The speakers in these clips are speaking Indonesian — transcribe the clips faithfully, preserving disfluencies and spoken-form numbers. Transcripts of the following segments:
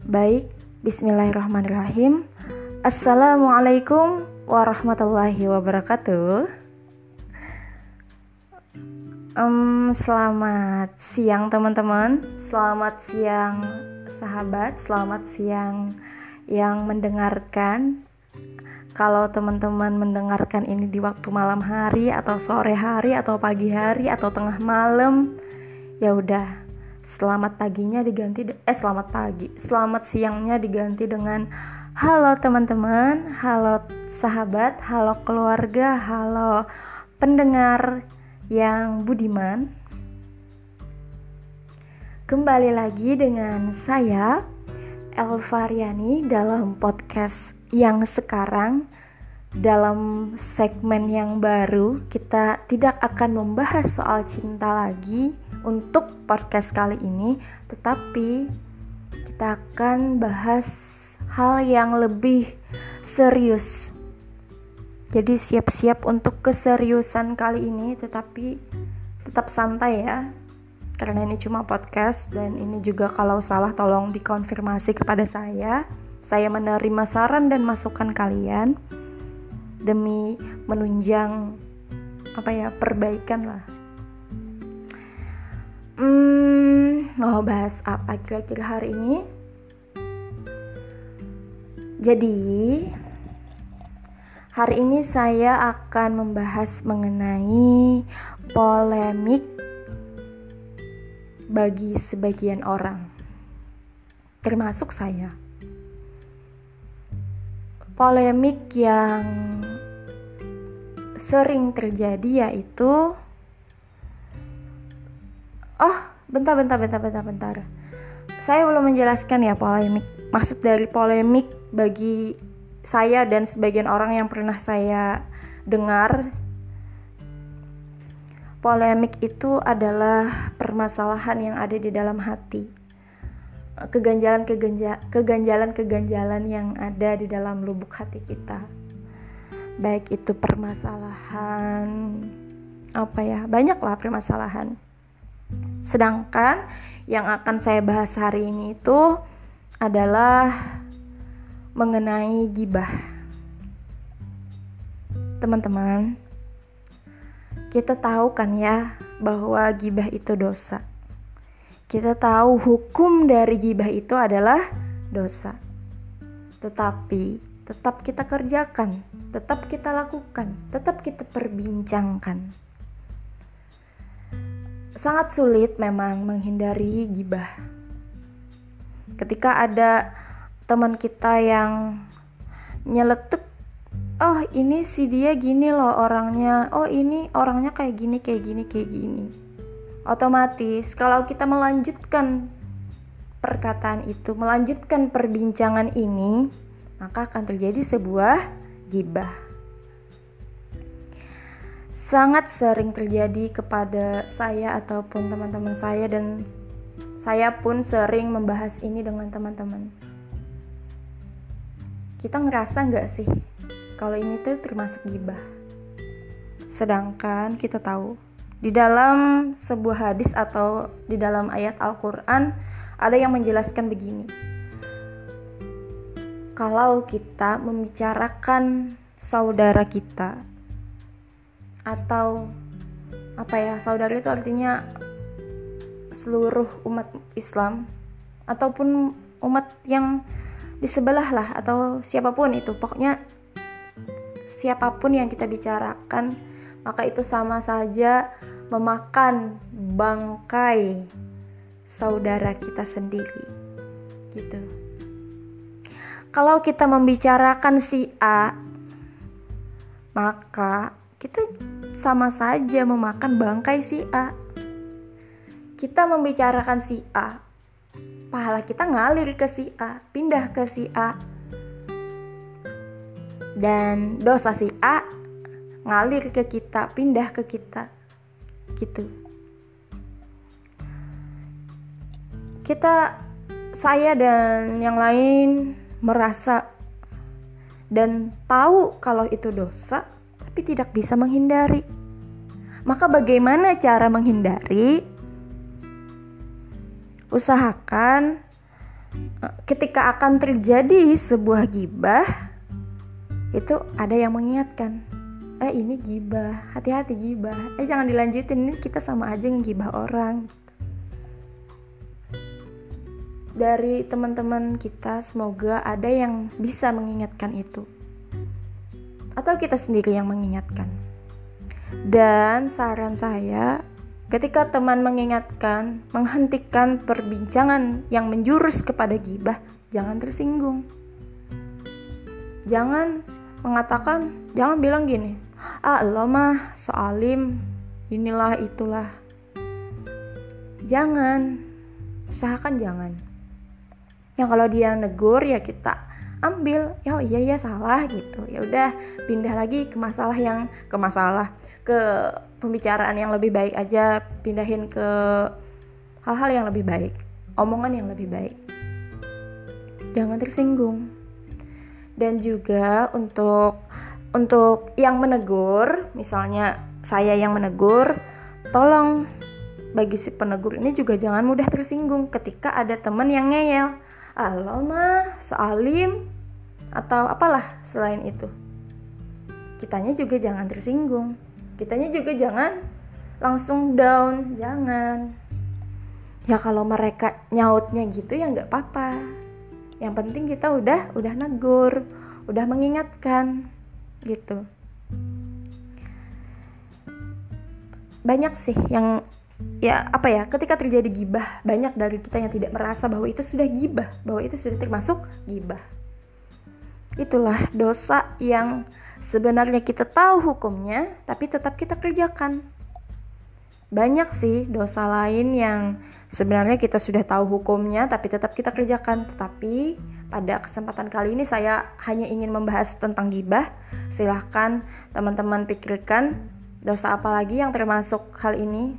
Baik, bismillahirrahmanirrahim. Assalamualaikum warahmatullahi wabarakatuh. um, Selamat siang teman-teman. Selamat siang sahabat. Selamat siang yang mendengarkan. Kalau teman-teman mendengarkan ini di waktu malam hari, atau sore hari, atau pagi hari, atau tengah malam, ya udah, selamat paginya diganti eh selamat pagi, selamat siangnya diganti dengan halo teman-teman, halo sahabat, halo keluarga, halo pendengar yang budiman. Kembali lagi dengan saya Elvariani dalam podcast yang sekarang. Dalam segmen yang baru, kita tidak akan membahas soal cinta lagi untuk podcast kali ini, tetapi kita akan bahas hal yang lebih serius. Jadi siap-siap untuk keseriusan kali ini, tetapi tetap santai ya, karena ini cuma podcast. Dan ini juga kalau salah tolong dikonfirmasi kepada saya. Saya menerima saran dan masukan kalian demi menunjang apa ya perbaikan lah. Hmm, mau bahas apa kira-kira hari ini? Jadi hari ini saya akan membahas mengenai polemik bagi sebagian orang, termasuk saya. Polemik yang sering terjadi yaitu Oh, bentar, bentar, bentar, bentar, bentar. Saya belum menjelaskan ya polemik. Maksud dari polemik bagi saya dan sebagian orang yang pernah saya dengar. Polemik itu adalah permasalahan yang ada di dalam hati. Keganjalan-keganjalan keganjalan-keganjalan yang ada di dalam lubuk hati kita. Baik itu permasalahan apa ya, banyaklah permasalahan. Sedangkan yang akan saya bahas hari ini itu adalah mengenai gibah. Teman-teman, kita tahu kan ya bahwa gibah itu dosa. Kita tahu hukum dari gibah itu adalah dosa. Tetapi tetap kita kerjakan, tetap kita lakukan, tetap kita perbincangkan. Sangat sulit memang menghindari gibah. Ketika ada teman kita yang nyeletuk, oh ini si dia gini loh orangnya, oh ini orangnya kayak gini, kayak gini, kayak gini. Otomatis kalau kita melanjutkan perkataan itu, melanjutkan perbincangan ini, maka akan terjadi sebuah gibah. Sangat sering terjadi kepada saya ataupun teman-teman saya, dan saya pun sering membahas ini dengan teman-teman. Kita ngerasa gak sih kalau ini tuh termasuk gibah? Sedangkan kita tahu di dalam sebuah hadis atau di dalam ayat Al-Quran ada yang menjelaskan begini. Kalau kita membicarakan saudara kita, atau apa ya, saudara itu artinya seluruh umat Islam ataupun umat yang di sebelah lah, atau siapapun itu, pokoknya siapapun yang kita bicarakan, maka itu sama saja memakan bangkai saudara kita sendiri gitu. Kalau kita membicarakan si A, maka kita sama saja memakan bangkai si A. Kita membicarakan si A, pahala kita ngalir ke si A, pindah ke si A. Dan dosa si A ngalir ke kita, pindah ke kita. Gitu. Kita, saya dan yang lain merasa dan tahu kalau itu dosa, tapi tidak bisa menghindari. Maka bagaimana cara menghindari? Usahakan ketika akan terjadi sebuah gibah, itu ada yang mengingatkan, eh ini gibah, hati-hati gibah, eh jangan dilanjutin, ini kita sama aja ngegibah orang. Dari teman-teman kita semoga ada yang bisa mengingatkan itu, atau kita sendiri yang mengingatkan. Dan saran saya, ketika teman mengingatkan, menghentikan perbincangan yang menjurus kepada gibah, jangan tersinggung. Jangan mengatakan, jangan bilang gini, ah lo mah soalim, inilah itulah. Jangan, usahakan jangan. Yang kalau dia negur ya kita ambil, ya oh, iya iya salah gitu. Ya udah pindah lagi ke masalah yang ke masalah ke pembicaraan yang lebih baik aja, pindahin ke hal-hal yang lebih baik, omongan yang lebih baik. Jangan tersinggung. Dan juga untuk untuk yang menegur, misalnya saya yang menegur, tolong bagi si penegur ini juga jangan mudah tersinggung ketika ada teman yang ngeyel, ah lo mah soalim atau apalah selain itu. Kitanya juga jangan tersinggung. Kitanya juga jangan langsung down, jangan. Ya kalau mereka nyautnya gitu ya nggak apa-apa. Yang penting kita udah udah negur, udah mengingatkan, gitu. Banyak sih yang ya apa ya, ketika terjadi gibah, banyak dari kita yang tidak merasa bahwa itu sudah gibah, bahwa itu sudah termasuk gibah. Itulah dosa yang sebenarnya kita tahu hukumnya, tapi tetap kita kerjakan. Banyak sih dosa lain yang sebenarnya kita sudah tahu hukumnya, tapi tetap kita kerjakan. Tetapi pada kesempatan kali ini saya hanya ingin membahas tentang gibah. Silahkan teman-teman pikirkan dosa apa lagi yang termasuk hal ini.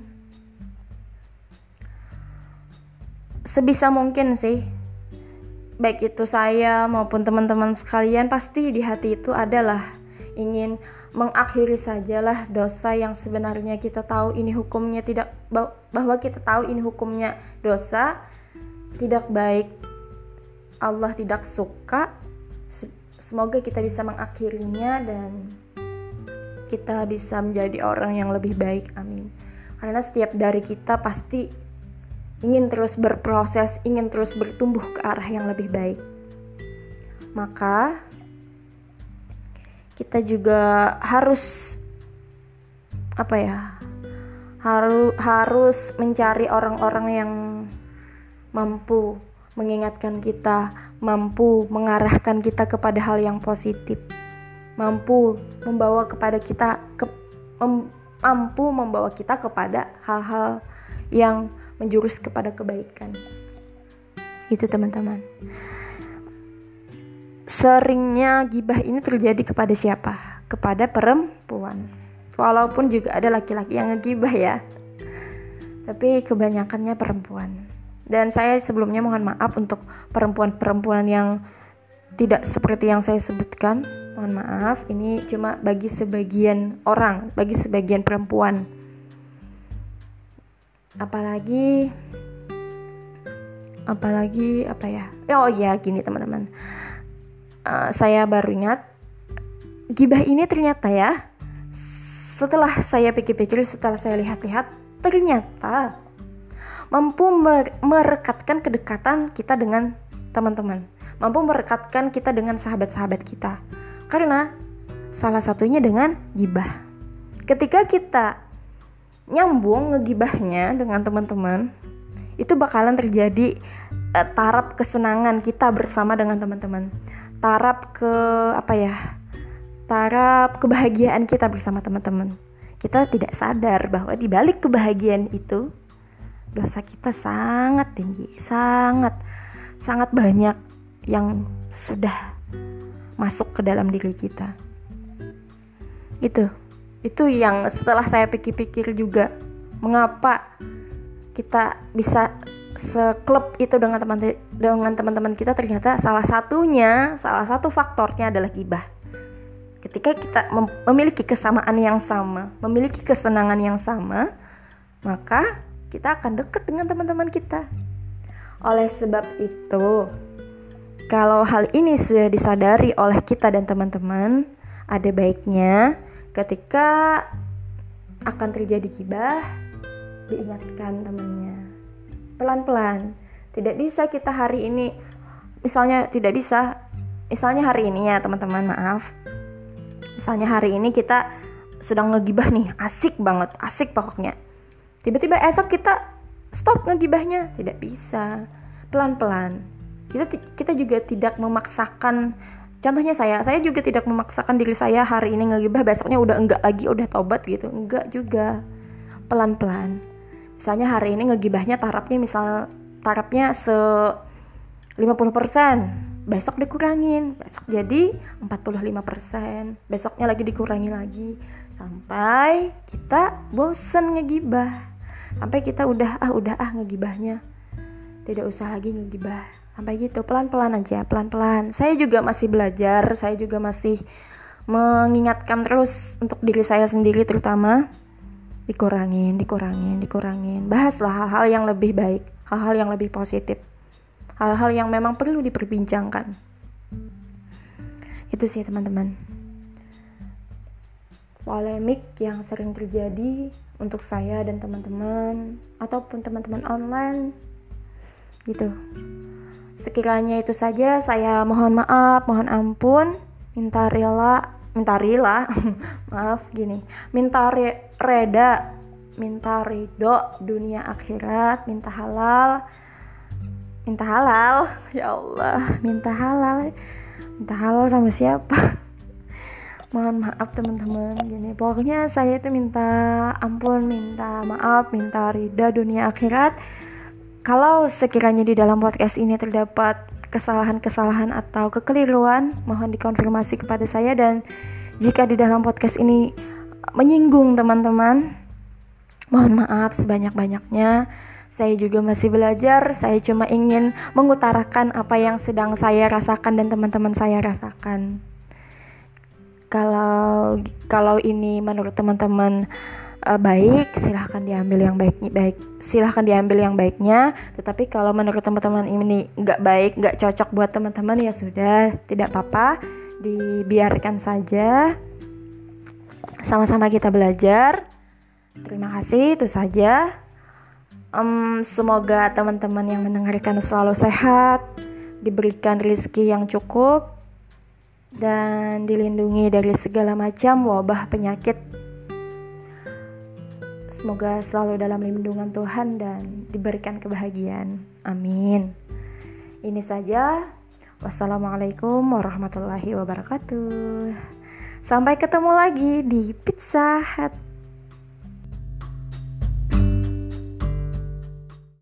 Sebisa mungkin sih, baik itu saya maupun teman-teman sekalian, pasti di hati itu adalah ingin mengakhiri sajalah dosa yang sebenarnya kita tahu ini hukumnya tidak, bahwa kita tahu ini hukumnya dosa, tidak baik, Allah tidak suka. Semoga kita bisa mengakhirinya dan kita bisa menjadi orang yang lebih baik, amin. Karena setiap dari kita pasti ingin terus berproses, ingin terus bertumbuh ke arah yang lebih baik. Maka kita juga harus apa ya? Harus harus mencari orang-orang yang mampu mengingatkan kita, mampu mengarahkan kita kepada hal yang positif, mampu membawa kepada kita ke, mem, mampu membawa kita kepada hal-hal yang menjurus kepada kebaikan. Itu teman-teman. Seringnya gibah ini terjadi kepada siapa? Kepada perempuan. Walaupun juga ada laki-laki yang ngegibah ya, tapi kebanyakannya perempuan. Dan saya sebelumnya mohon maaf untuk perempuan-perempuan yang tidak seperti yang saya sebutkan. Mohon maaf, ini cuma bagi sebagian orang, bagi sebagian perempuan. Apalagi apalagi apa ya? Oh iya, gini teman-teman. Uh, saya baru ingat, gibah ini ternyata ya, setelah saya pikir-pikir, setelah saya lihat-lihat, ternyata mampu merekatkan kedekatan kita dengan teman-teman, mampu merekatkan kita dengan sahabat-sahabat kita. Karena salah satunya dengan gibah. Ketika kita nyambung ngegibahnya dengan teman-teman, itu bakalan terjadi uh, taraf kesenangan kita bersama dengan teman-teman. Taraf ke apa ya? Taraf kebahagiaan kita bersama teman-teman. Kita tidak sadar bahwa di balik kebahagiaan itu dosa kita sangat tinggi, sangat sangat banyak yang sudah masuk ke dalam diri kita. Itu, itu yang setelah saya pikir-pikir juga, mengapa kita bisa seklub itu dengan teman dengan teman-teman kita. Ternyata salah satunya, salah satu faktornya adalah gibah. Ketika kita mem- memiliki kesamaan yang sama, memiliki kesenangan yang sama, maka kita akan dekat dengan teman-teman kita. Oleh sebab itu, kalau hal ini sudah disadari oleh kita dan teman-teman, ada baiknya ketika akan terjadi gibah, diingatkan temannya pelan-pelan. Tidak bisa kita hari ini, misalnya tidak bisa, misalnya hari ini ya teman-teman, maaf, misalnya hari ini kita sedang ngegibah nih, asik banget, asik pokoknya. Tiba-tiba esok kita stop ngegibahnya, tidak bisa, pelan-pelan. Kita kita juga tidak memaksakan. Contohnya saya, saya juga tidak memaksakan diri saya hari ini ngegibah, besoknya udah enggak lagi, udah tobat gitu. Enggak juga. Pelan-pelan. Misalnya hari ini ngegibahnya tarafnya misal tarafnya se lima puluh persen. Besok dikurangin, besok jadi empat puluh lima persen. Besoknya lagi dikurangi lagi sampai kita bosen ngegibah. Sampai kita udah ah udah ah ngegibahnya. Tidak usah lagi ngegibah. Sampai gitu, pelan-pelan aja, pelan-pelan. Saya juga masih belajar, saya juga masih mengingatkan terus untuk diri saya sendiri terutama. Dikurangin, dikurangin, dikurangin. Bahaslah hal-hal yang lebih baik, hal-hal yang lebih positif. Hal-hal yang memang perlu diperbincangkan. Itu sih teman-teman. Polemik yang sering terjadi untuk saya dan teman-teman ataupun teman-teman online gitu. Sekiranya itu saja, saya mohon maaf, mohon ampun, minta rela, minta rela, maaf gini, minta re, reda, minta ridho dunia akhirat, minta halal, minta halal, ya Allah, minta halal, minta halal sama siapa? Mohon maaf teman-teman, gini, pokoknya saya itu minta ampun, minta maaf, minta ridha dunia akhirat. Kalau sekiranya di dalam podcast ini terdapat kesalahan-kesalahan atau kekeliruan, mohon dikonfirmasi kepada saya. Dan jika di dalam podcast ini menyinggung teman-teman, mohon maaf sebanyak-banyaknya. Saya juga masih belajar, saya cuma ingin mengutarakan apa yang sedang saya rasakan dan teman-teman saya rasakan. Kalau kalau ini menurut teman-teman Uh, baik, silahkan diambil yang baik, baik, silahkan diambil yang baiknya. Tetapi kalau menurut teman-teman ini nggak baik, nggak cocok buat teman-teman, ya sudah, tidak apa-apa, dibiarkan saja. Sama-sama kita belajar. Terima kasih, itu saja. Um, semoga teman-teman yang mendengarkan selalu sehat, diberikan rezeki yang cukup, dan dilindungi dari segala macam wabah penyakit. Semoga selalu dalam lindungan Tuhan dan diberikan kebahagiaan. Amin. Ini saja. Wassalamualaikum warahmatullahi wabarakatuh. Sampai ketemu lagi di Pizza Hut.